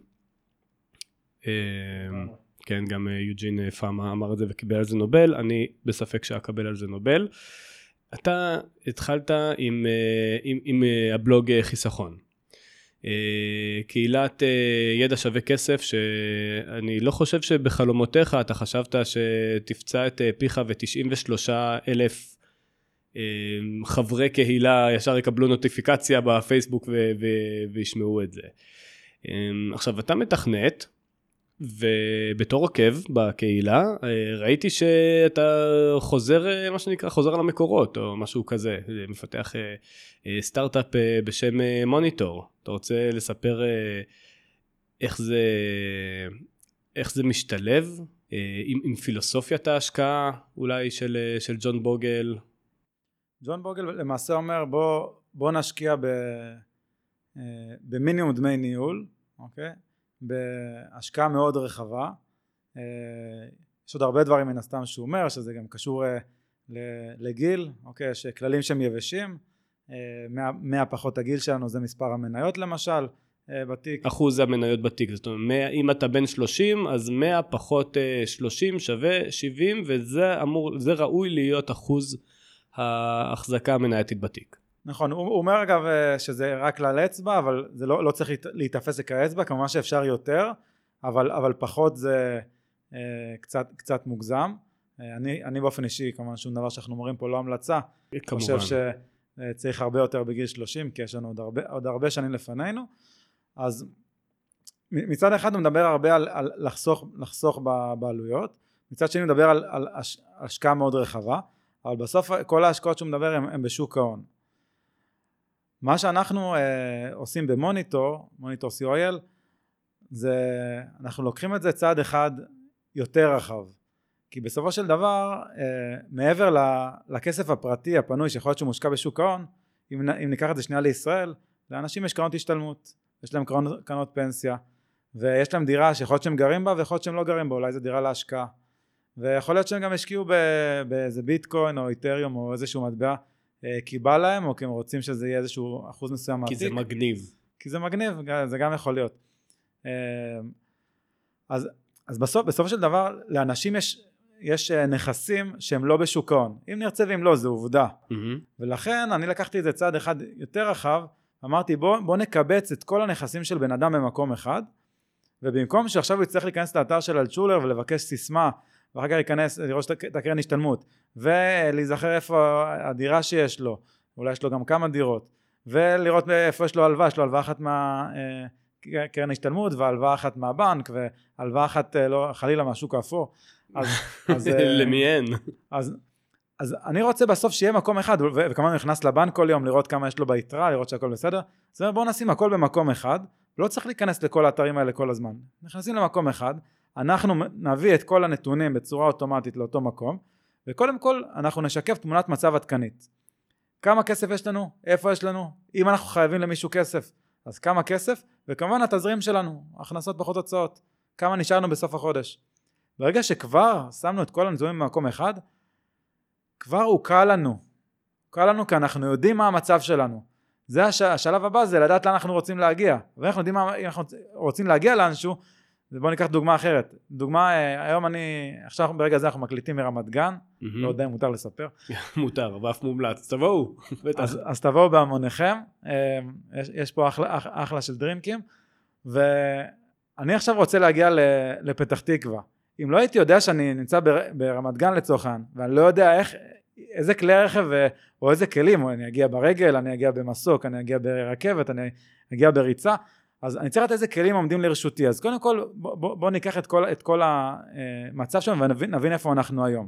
כן, גם יוג'ין פאמה אמר את זה וקיבל על זה נובל, אני בספק שאקבל על זה נובל. אתה התחלת עם הבלוג חיסכון, קהילת ידע שווה כסף, שאני לא חושב שבחלומותיך אתה חשבת שתפצע את פיך ו93,000 חברי קהילה ישר יקבלו נוטיפיקציה בפייסבוק וישמעו את זה. עכשיו אתה מתכנת, ובתור עוקב בקהילה ראיתי שאתה חוזר, מה שנקרא, חוזר על המקורות או משהו כזה, מפתח סטארט-אפ בשם מוניטור. אתה רוצה לספר איך זה משתלב עם פילוסופיית ההשקעה אולי של ג'ון בוגל? ג'ון בוגל למעשה אומר בוא נשקיע במינימום דמי ניהול, אוקיי? בהשקעה מאוד רחבה. יש עוד הרבה דברים מן הסתם שהוא אומר, שזה גם קשור לגיל, אוקיי, יש כללים שהם יבשים, 100 פחות הגיל שלנו זה מספר המניות למשל בתיק. אחוז המניות בתיק, זאת אומרת, אם אתה בן 30, אז 100 פחות 30 שווה 70, וזה ראוי להיות אחוז ההחזקה המנייתית בתיק. נכון, הוא אומר אגב שזה רק כלל אצבע, אבל זה לא צריך להתאפס לכאצבע, כמובן שאפשר יותר, אבל פחות זה קצת מוגזם. אני באופן אישי, כמובן שום דבר שאנחנו אומרים פה לא המלצה, חושב שצריך הרבה יותר בגיל 30, כי יש לנו עוד הרבה שנים לפנינו. אז מצד אחד הוא מדבר הרבה על לחסוך בעלויות, מצד שני הוא מדבר על השקעה מאוד רחבה, אבל בסוף כל ההשקעות שהוא מדבר הם בשוק ההון. מה שאנחנו עושים במוניטור, מוניטור COIL, זה אנחנו לוקחים את זה צעד אחד יותר רחב, כי בסופו של דבר מעבר לכסף הפרטי הפנוי שיכול להיות שהוא מושקע בשוק ההון, אם ניקח את זה שנייה לישראל, לאנשים יש קרנות השתלמות, יש להם קרנות פנסיה, ויש להם דירה שיכול להיות שהם גרים בה ויכול להיות שהם לא גרים בה, אולי זו דירה להשקעה, ויכול להיות שהם גם השקיעו באיזה ביטקוין או איתריום או איזשהו מטבע, כי בא להם או כי הם רוצים שזה יהיה איזשהו אחוז מסוים מהתיק. כי זה מגניב. כי זה מגניב, זה גם יכול להיות. אז בסוף של דבר לאנשים יש נכסים שהם לא בשוק ההון. אם נרצה ואם לא, זה עובדה. ולכן אני לקחתי את זה צעד אחד יותר רחב, אמרתי בוא נקבץ את כל הנכסים של בן אדם במקום אחד, ובמקום שעכשיו הוא יצטרך להיכנס לאתר של אלטשולר ולבקש סיסמה, ואחר כך להיכנס לראות את הקרן השתלמות, ולהיזכר איפה הדירה שיש לו, אולי יש לו גם כמה דירות, ולראות איפה יש לו הלוואה אחת מהקרן השתלמות, והלוואה אחת מהבנק, והלוואה אחת לא, חלילה מהשוק האפור. למי אין? אז אני רוצה בסוף שיהיה מקום אחד, וכמובן הוא נכנס לבנק כל יום, לראות כמה יש לו ביתרה, לראות שהכל בסדר, אז בואו נשים הכל במקום אחד, לא צריך להיכנס לכל האתרים האלה כל הזמן, נכנסים למקום אחד, אנחנו נביא את כל הנתונים בצורה אוטומטית לאותו מקום, וקודם כל אנחנו נשקף תמונת מצב עדכנית. כמה כסף יש לנו? איפה יש לנו? אם אנחנו חייבים למישהו כסף, אז כמה כסף? וכמובן התזרים שלנו, הכנסות פחות הוצאות, כמה נשארנו בסוף החודש. ברגע שכבר שמנו את כל הנתונים במקום אחד, כבר הוא קל לנו כי אנחנו יודעים מה המצב שלנו. זה השלב הבא, זה לדעת לאן אנחנו רוצים להגיע. ואנחנו יודעים אם אנחנו רוצים להגיע לאנשהו, בואו ניקח דוגמה אחרת. דוגמה, היום עכשיו ברגע הזה אנחנו מקליטים מרמת גן, לא יודע אם מותר לספר. מותר, ואף מומלץ, תבואו. אז תבואו בהמוניכם, יש פה אחלה של דרינקים, ואני עכשיו רוצה להגיע לפתח תקווה. אם לא הייתי יודע שאני נמצא ברמת גן לצורך העניין, ואני לא יודע איזה כלי רכב או איזה כלים, אני אגיע ברגל, אני אגיע במסוק, אני אגיע ברכבת, אני אגיע בריצה, אז אני צריך לדעת איזה כלים עומדים לרשותי. אז קודם כל בוא ניקח את כל המצב שלנו ונבין איפה אנחנו היום.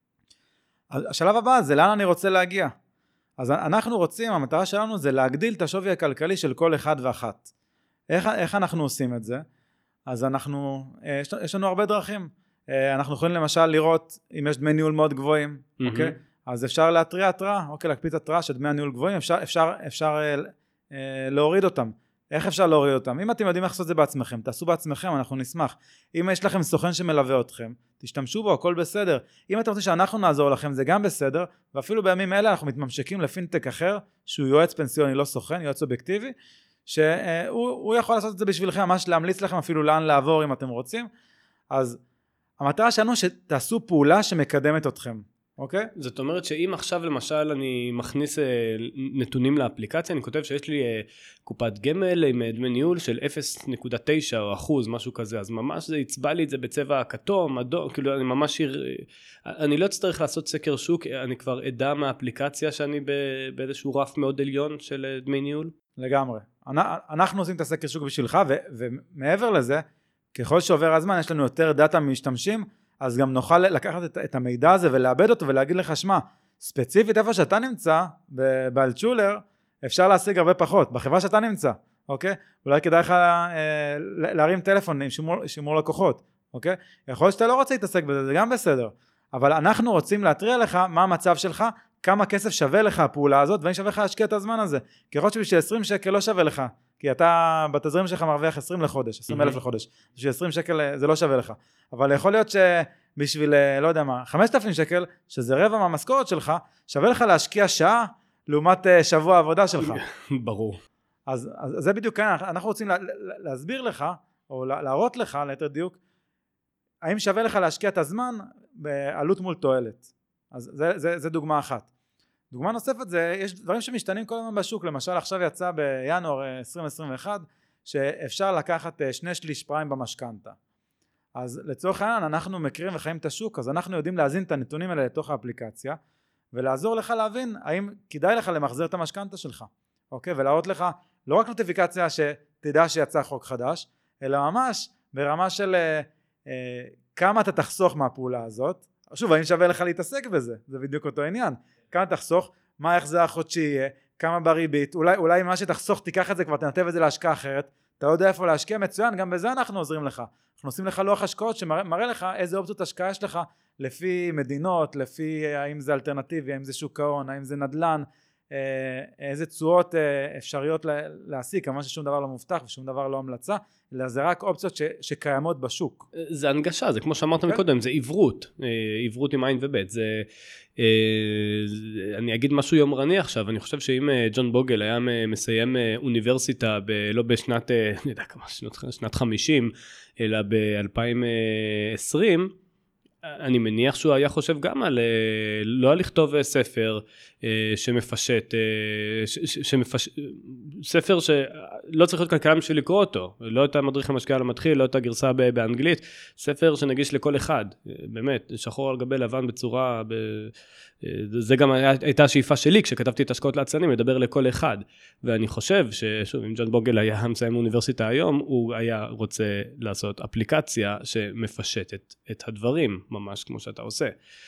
השלב הבא זה לאן אני רוצה להגיע. אז אנחנו רוצים, המטרה שלנו זה להגדיל את השווי הכלכלי של כל אחד ואחת. איך אנחנו עושים את זה? אז יש לנו הרבה דרכים. אנחנו יכולים למשל לראות אם יש דמי ניהול מאוד גבוהים, אוקיי? אז אפשר להתריע התראה, אוקיי, להקפיץ התראה שדמי הניהול גבוהים, אפשר להוריד אותם. איך אפשר להוריד אותם? אם אתם יודעים איך לעשות את זה בעצמכם, תעשו בעצמכם, אנחנו נשמח. אם יש לכם סוכן שמלווה אתכם, תשתמשו בו, הכל בסדר. אם אתם רוצים שאנחנו נעזור לכם, זה גם בסדר, ואפילו בימים אלה אנחנו מתממשקים לפינטק אחר, שהוא יועץ פנסיוני, לא סוכן, יועץ אובייקטיבי, שהוא יכול לעשות את זה בשבילכם, ממש להמליץ לכם אפילו לאן לעבור אם אתם רוצים. אז המטרה שלנו שתעשו פעולה שמקדמת אתכם, אוקיי? זאת אומרת שאם עכשיו למשל אני מכניס נתונים לאפליקציה, אני כותב שיש לי קופת גמל עם דמי ניהול של 0.9 או אחוז, משהו כזה, אז ממש זה יצבע לי את זה בצבע הכתום, אדום, כאילו אני ממש, אני לא אצטרך לעשות סקר שוק, אני כבר אדע מהאפליקציה שאני באיזשהו רף מאוד עליון של דמי ניהול? לגמרי. אנחנו עושים את הסקר שוק בשבילך, ומעבר לזה, ככל שעובר הזמן יש לנו יותר דאטה ממשתמשים, אז גם נוכל לקחת את המידע הזה ולאבד אותו ולהגיד לך, שמה, ספציפית איפה שאתה נמצא, באלטשולר, אפשר להשיג הרבה פחות, בחברה שאתה נמצא, אוקיי? אולי כדאי לך להרים טלפון עם שימור לקוחות, אוקיי? יכול להיות שאתה לא רוצה להתעסק בזה, זה גם בסדר, אבל אנחנו רוצים להטריע לך מה המצב שלך, כמה כסף שווה לך הפעולה הזאת, ואין שווה לך להשקיע את הזמן הזה. כי יכול להיות שבשביל 20 שקל לא שווה לך, כי אתה בתזרים שלך מרוויח 20 לחודש, 20,000 לחודש, בשביל 20 שקל זה לא שווה לך. אבל יכול להיות שבשביל, לא יודע מה, 5,000 שקל, שזה רבע מהמשכורת שלך, שווה לך להשקיע שעה, לעומת שבוע העבודה שלך. ברור. אז זה בדיוק כאן, אנחנו רוצים להסביר לך, או להראות לך, ליתר דיוק, האם שווה לך להשקיע את הזמן בעלות מול תועלת. אז זה דוגמה אחת. דוגמה נוספת זה, יש דברים שמשתנים כל הזמן בשוק, למשל עכשיו יצא בינואר 2021, שאפשר לקחת 2/3 פריים במשכנתה. אז לצורך העניין אנחנו מכירים וחיים את השוק, אז אנחנו יודעים להזין את הנתונים האלה לתוך האפליקציה, ולעזור לך להבין האם כדאי לך למחזר את המשכנתה שלך, אוקיי? ולהראות לך לא רק נוטיפיקציה שתדע שיצא חוק חדש, אלא ממש ברמה של כמה אתה תחסוך מהפעולה הזאת. שוב, האם שווה לך להתעסק בזה? זה בדיוק אותו עניין. כמה תחסוך, מה ההחזר החודשי יהיה, כמה בריבית, אולי מה שתחסוך תיקח את זה כבר, תנתב את זה להשקעה אחרת, אתה לא יודע איפה להשקיע, מצוין, גם בזה אנחנו עוזרים לך. אנחנו עושים לך לוח השקעות שמראה לך איזה אופציות השקעה יש לך, לפי מדינות, לפי האם זה אלטרנטיבי, האם זה שוק ההון, האם זה נדל"ן, איזה תשואות אפשריות להשיג, כמובן ששום דבר לא מובטח ושום דבר לא המלצה, אלא זה רק אופציות שקיימות בשוק. זה הנגשה, זה כמו שאמרת מקודם, זה עברות, עברות עם עין ובית. אני אגיד משהו יומרני עכשיו, אני חושב שאם ג'ון בוגל היה מסיים אוניברסיטה לא בשנת, אני יודע כמה, שנת 50, אלא ב-2020, אני מניח שהוא היה חושב גם על לא לכתוב ספר שמפשט, ספר שלא צריך להיות כלכלן בשביל לקרוא אותו, לא את המדריך המשקיע למתחיל, לא את הגרסה באנגלית, ספר שנגיש לכל אחד, באמת, שחור על גבי לבן בצורה, זה גם הייתה השאיפה שלי כשכתבתי את השקעות לעצלנים, לדבר לכל אחד, ואני חושב ששוב, אם ג'ון בוגל היה מסיים אוניברסיטה היום, הוא היה רוצה לעשות אפליקציה שמפשטת את הדברים, ממש כמו שאתה עושה.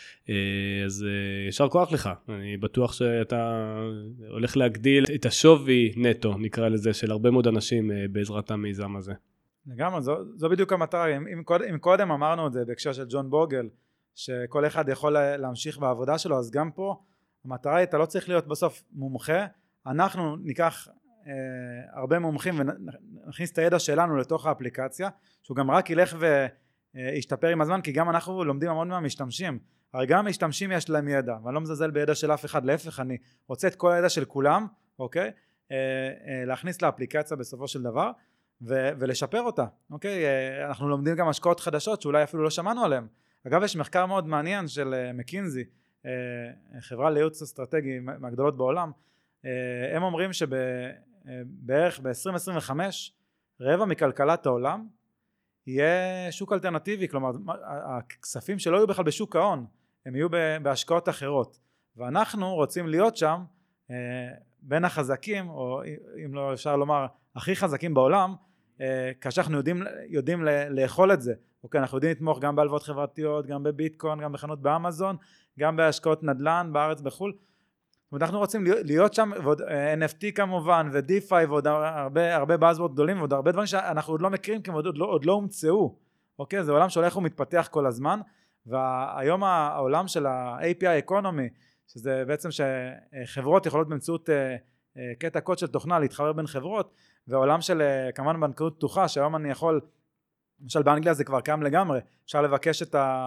אז ישר כוח לך, אני בטוח שאתה הולך להגדיל את השווי נטו, נקרא לזה, של הרבה מאוד אנשים בעזרת המיזם הזה. לגמרי, זו בדיוק המטרה. אם קודם אמרנו את זה בהקשר של ג'ון בוגל, שכל אחד יכול להמשיך בעבודה שלו, אז גם פה המטרה היא, אתה לא צריך להיות בסוף מומחה, אנחנו ניקח הרבה מומחים ונכניס את הידע שלנו לתוך האפליקציה, שהוא גם רק ילך וישתפר עם הזמן, כי גם אנחנו לומדים המון מהמשתמשים, הרי גם המשתמשים יש להם ידע, ואני לא מזלזל בידע של אף אחד, להפך, אני רוצה את כל הידע של כולם, אוקיי? להכניס לאפליקציה בסופו של דבר, ולשפר אותה, אוקיי? אנחנו לומדים גם השקעות חדשות, שאולי אפילו לא שמענו עליהן. אגב, יש מחקר מאוד מעניין של מקינזי, חברה לייעוץ אסטרטגי מהגדולות בעולם, הם אומרים שבערך ב-2025, רבע מכלכלת העולם, יהיה שוק אלטרנטיבי, כלומר, הכספים שלא יהיו בכלל בשוק ההון, הם יהיו בהשקעות אחרות, ואנחנו רוצים להיות שם, בין החזקים, או אם לא אפשר לומר, הכי חזקים בעולם, כאשר אנחנו יודעים לאכול את זה, אוקיי, אנחנו יודעים לתמוך גם בהלוואות חברתיות, גם בביטקוין, גם בחנות באמזון, גם בהשקעות נדל"ן בארץ בחול, ואנחנו רוצים להיות שם, ועוד NFT כמובן, ו-DeFi, ועוד הרבה באזוורד גדולים, ועוד הרבה דברים שאנחנו עוד לא מכירים, כי עוד לא הומצאו, אוקיי, זה עולם שהולך ומתפתח כל הזמן, והיום העולם של ה-API Economy, שזה בעצם שחברות יכולות באמצעות קטע קוד של תוכנה להתחבר בין חברות, והעולם של כמובן בנקאות פתוחה, שהיום אני יכול, למשל באנגליה זה כבר קיים לגמרי, אפשר לבקש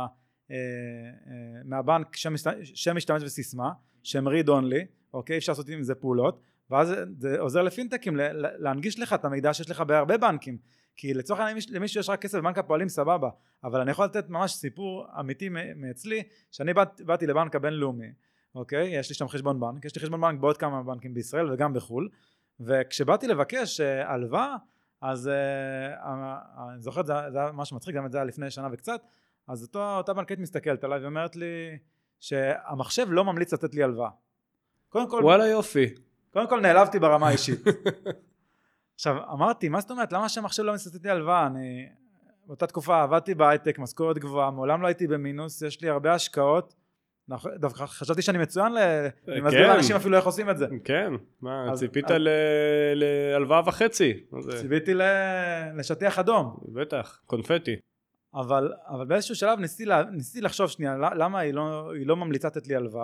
מהבנק שם משתמש וסיסמה, שם read only, אוקיי, אפשר לעשות עם זה פעולות, ואז זה עוזר לפינטקים להנגיש לך את המידע שיש לך בהרבה בנקים, כי לצורך העניין למישהו יש רק כסף בבנק הפועלים סבבה, אבל אני יכול לתת ממש סיפור אמיתי מאצלי, שאני באתי לבנק הבינלאומי, אוקיי, יש לי שם חשבון בנק, יש לי חשבון בנק בעוד כמה בנקים בישראל וגם בחול, וכשבאתי לבקש הלוואה, אז אני זוכר, זה היה משהו מצחיק, גם את זה היה לפני שנה וקצת, אז אותה בנקית מסתכלת עליי ואומרת לי שהמחשב לא ממליץ לתת לי הלוואה. קודם כל, וואלה יופי. קודם כל נעלבתי ברמה האישית. עכשיו אמרתי, מה זאת אומרת, למה שהמחשב לא ממליץ לתת לי הלוואה? אני באותה תקופה עבדתי בהייטק, משכורת גבוהה, מעולם לא הייתי במינוס, יש לי הרבה השקעות, דווקא חשבתי שאני מצוין, אני מסביר לאנשים אפילו איך עושים את זה. כן, מה, ציפית להלוואה וחצי. ציפיתי לשטיח אדום. בטח, קונפטי. אבל באיזשהו שלב ניסיתי לחשוב שנייה, למה היא לא ממליצה לתת לי הלוואה,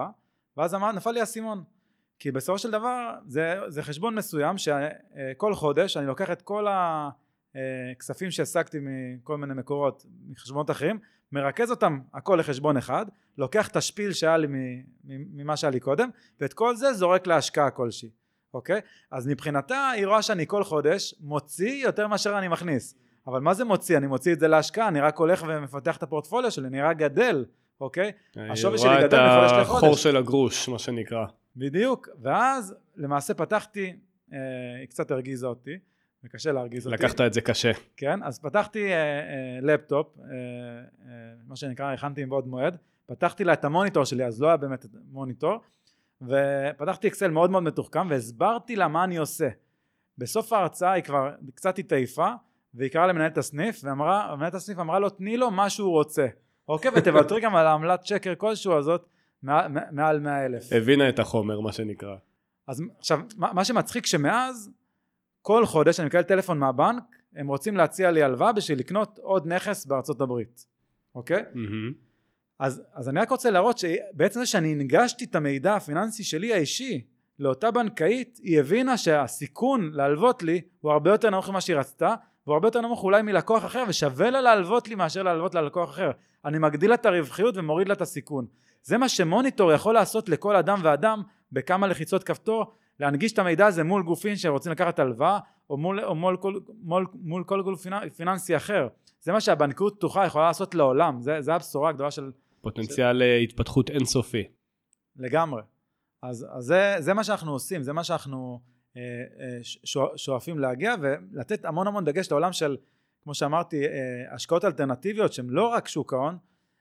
ואז נפל לי האסימון, כי בסופו של דבר זה חשבון מסוים שכל חודש אני לוקח את כל הכספים שהשגתי מכל מיני מקורות, מחשבונות אחרים, מרכז אותם הכל לחשבון אחד, לוקח את השפיל שהיה לי ממה שהיה לי קודם, ואת כל זה זורק להשקעה כלשהי, אוקיי? אז מבחינתה היא רואה שאני כל חודש מוציא יותר מאשר אני מכניס, אבל מה זה מוציא? אני מוציא את זה להשקעה, אני רק הולך ומפתח את הפורטפוליו שלי, אני רק גדל, אוקיי? השווי שלי גדל מחודש לחודש. החור של הגרוש, מה שנקרא. בדיוק, ואז למעשה פתחתי, היא קצת הרגיזה אותי, וקשה להרגיז אותי. לקחת את זה קשה. כן, אז פתחתי לפטופ, מה שנקרא, הכנתי מבעוד מועד, פתחתי לה את המוניטור שלי, אז לא היה באמת מוניטור, ופתחתי אקסל מאוד מאוד מתוחכם, והסברתי לה מה אני עושה. בסוף ההרצאה היא כבר קצת התעיפה, והיא קראה למנהלת הסניף, ומנהלת הסניף אמרה לו, תני לו מה שהוא רוצה. אוקיי, ותוותרי גם על העמלת שקר כלשהו הזאת, מעל 100,000. הבינה את החומר, מה שנקרא. אז עכשיו, מה שמצחיק שמאז, כל חודש אני מקבל טלפון מהבנק, הם רוצים להציע לי הלוואה בשביל לקנות עוד נכס בארצות הברית. אוקיי? אז אני רק רוצה להראות שבעצם זה שאני הנגשתי את המידע הפיננסי שלי האישי לאותה בנקאית, היא הבינה שהסיכון להלוות לי הוא הרבה יותר נמוך ממה שהיא רצתה, והוא הרבה יותר נמוך אולי מלקוח אחר, ושווה לה להלוות לי מאשר להלוות ללקוח אחר. אני מגדיל את הרווחיות ומוריד לה את הסיכון. זה מה שמוניטור יכול לעשות לכל אדם ואדם בכמה לחיצות כפתור, להנגיש את המידע הזה מול גופים שרוצים לקחת הלוואה, או מול כל גוף פיננסי אחר. זה מה שהבנקאות פתוחה יכולה לעשות לעולם, זה הבשורה הגדולה של... פוטנציאל התפתחות אינסופי. לגמרי. אז זה מה שאנחנו עושים, זה מה שאנחנו שואפים להגיע, ולתת המון המון דגש לעולם של, כמו שאמרתי, השקעות אלטרנטיביות, שהן לא רק שוק ההון,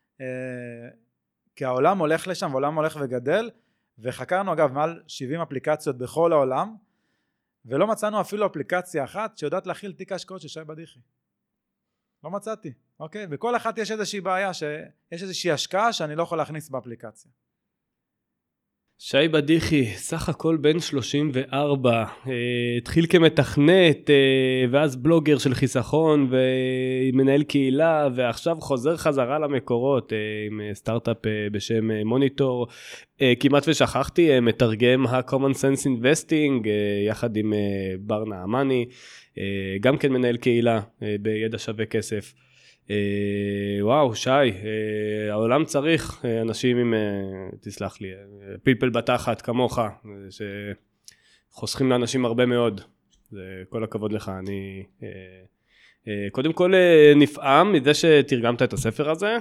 כי העולם הולך לשם, והעולם הולך וגדל, וחקרנו אגב מעל 70 אפליקציות בכל העולם, ולא מצאנו אפילו אפליקציה אחת שיודעת להכיל תיק ההשקעות של שי בדיחי. לא מצאתי, אוקיי? בכל אחת יש איזושהי בעיה, שיש איזושהי השקעה שאני לא יכול להכניס באפליקציה. שי בדיחי, סך הכל בן 34, התחיל כמתכנת, ואז בלוגר של חיסכון, ומנהל קהילה, ועכשיו חוזר חזרה למקורות, עם סטארט-אפ בשם מוניטור, כמעט ושכחתי, מתרגם ה-Common Sense Investing, יחד עם בר נעמני, גם כן מנהל קהילה, בידע שווה כסף. וואו, שי, העולם צריך אנשים עם, תסלח לי, פלפל בתחת כמוך, שחוסכים לאנשים הרבה מאוד. זה כל הכבוד לך. אני קודם כל נפעם מזה שתרגמת את הספר הזה,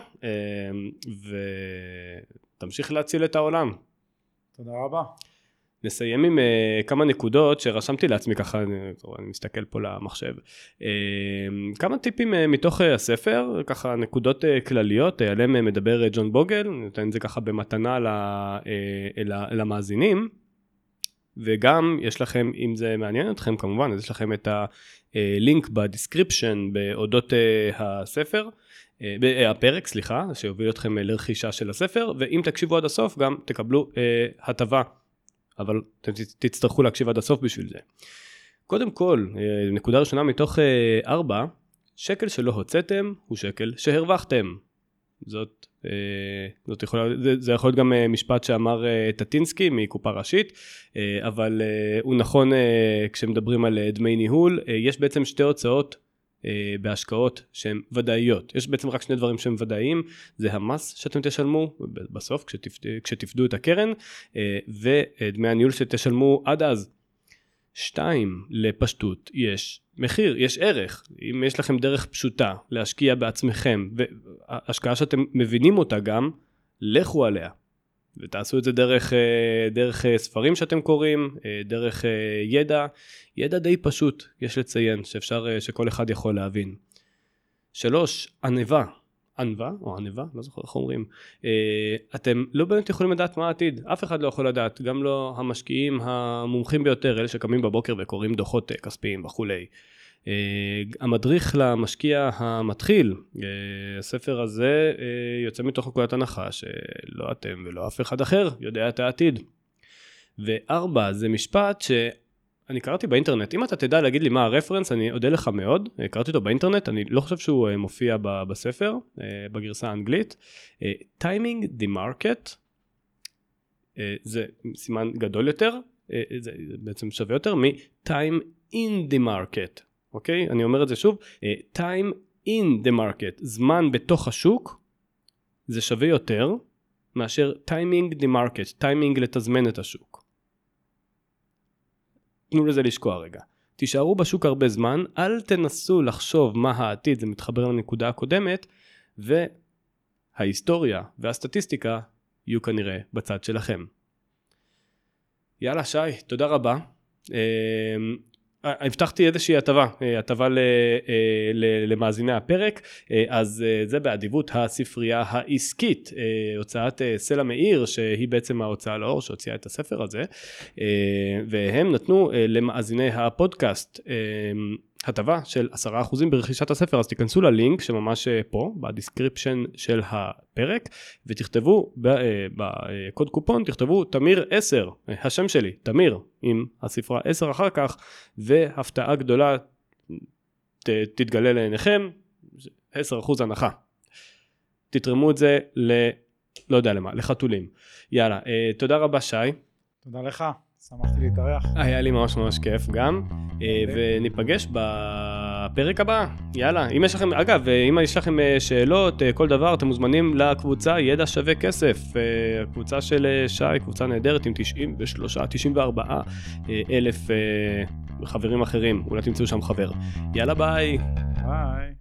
ותמשיך להציל את העולם. תודה רבה. נסיים עם כמה נקודות שרשמתי לעצמי ככה, אני מסתכל פה למחשב. כמה טיפים מתוך הספר, ככה נקודות כלליות, עליהם מדבר ג'ון בוגל, נותן את זה ככה במתנה למאזינים, וגם יש לכם, אם זה מעניין אתכם כמובן, אז יש לכם את הלינק בדיסקריפשן באודות הספר, הפרק, סליחה, שיוביל אתכם לרכישה של הספר, ואם תקשיבו עד הסוף גם תקבלו הטבה. אבל תצטרכו להקשיב עד הסוף בשביל זה. קודם כל, נקודה ראשונה מתוך 4, שקל שלא הוצאתם הוא שקל שהרווחתם. זה יכול להיות גם משפט שאמר טטינסקי מקופה ראשית, אבל הוא נכון כשמדברים על דמי ניהול, יש בעצם שתי הוצאות בהשקעות שהן ודאיות. יש בעצם רק שני דברים שהם ודאיים, זה המס שאתם תשלמו בסוף כשתפדו את הקרן, ודמי הניהול שתשלמו עד אז. 2, לפשטות יש מחיר, יש ערך. אם יש לכם דרך פשוטה להשקיע בעצמכם, והשקעה שאתם מבינים אותה גם, לכו עליה. ותעשו את זה דרך ספרים שאתם קוראים, דרך ידע די פשוט, יש לציין, שכל אחד יכול להבין. 3, ענווה או ענווה, לא זוכר איך אומרים. אתם לא באמת יכולים לדעת מה העתיד, אף אחד לא יכול לדעת, גם לא המשקיעים המומחים ביותר, אלה שקמים בבוקר וקוראים דוחות כספיים וכולי. המדריך למשקיע המתחיל, הספר הזה יוצא מתוך נקודת הנחה שלא אתם ולא אף אחד אחר יודע את העתיד. 4, זה משפט שאני קראתי באינטרנט, אם אתה תדע להגיד לי מה הרפרנס, אני אודה לך מאוד, קראתי אותו באינטרנט, אני לא חושב שהוא מופיע בספר, בגרסה האנגלית. Timing the market זה סימן גדול יותר, זה בעצם שווה יותר מ-time in the market, אוקיי? אני אומר את זה שוב, time in the market, זמן בתוך השוק, זה שווה יותר מאשר timing the market, timing לתזמן את השוק. תנו לזה לשקוע רגע. תישארו בשוק הרבה זמן, אל תנסו לחשוב מה העתיד, זה מתחבר לנקודה הקודמת, וההיסטוריה והסטטיסטיקה יהיו כנראה בצד שלכם. יאללה שי, תודה רבה. הבטחתי איזושהי הטבה למאזיני הפרק, אז זה באדיבות הספרייה העסקית, הוצאת סלע מאיר, שהיא בעצם ההוצאה לאור שהוציאה את הספר הזה, והם נתנו למאזיני הפודקאסט הטבה של 10% ברכישת הספר, אז תיכנסו ללינק שממש פה, בדיסקריפשן של הפרק, ותכתבו בקוד קופון, תכתבו תמיר 10, השם שלי, תמיר, עם הספרה 10 אחר כך, והפתעה גדולה תתגלה לעיניכם, 10% הנחה. תתרמו את זה לא יודע למה, לחתולים. יאללה, תודה רבה שי. תודה לך, שמחתי להתארח. היה לי ממש ממש כיף גם, וניפגש בפרק הבא. יאללה, אם יש לכם, אגב, אם יש לכם שאלות, כל דבר, אתם מוזמנים לקבוצה ידע שווה כסף, הקבוצה של שי, קבוצה נהדרת עם 94 אלף חברים אחרים, אולי תמצאו שם חבר. יאללה ביי. ביי.